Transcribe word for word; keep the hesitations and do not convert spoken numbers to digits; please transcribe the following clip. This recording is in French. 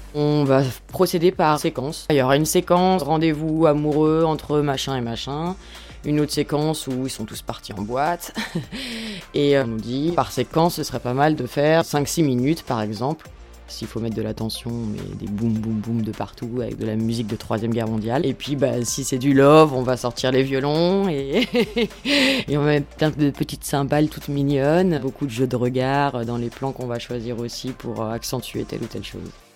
On va procéder par séquence. Il y aura une séquence rendez-vous amoureux entre machin et machin, une autre séquence où ils sont tous partis en boîte. Et on nous dit, par séquence, ce serait pas mal de faire cinq six minutes par exemple. S'il faut mettre de la tension, on met des boum boum boum de partout avec de la musique de troisième guerre mondiale. Et puis bah, si c'est du love, on va sortir les violons et, et on va mettre plein de petites cymbales toutes mignonnes. Beaucoup de jeux de regard dans les plans qu'on va choisir aussi pour accentuer telle ou telle chose.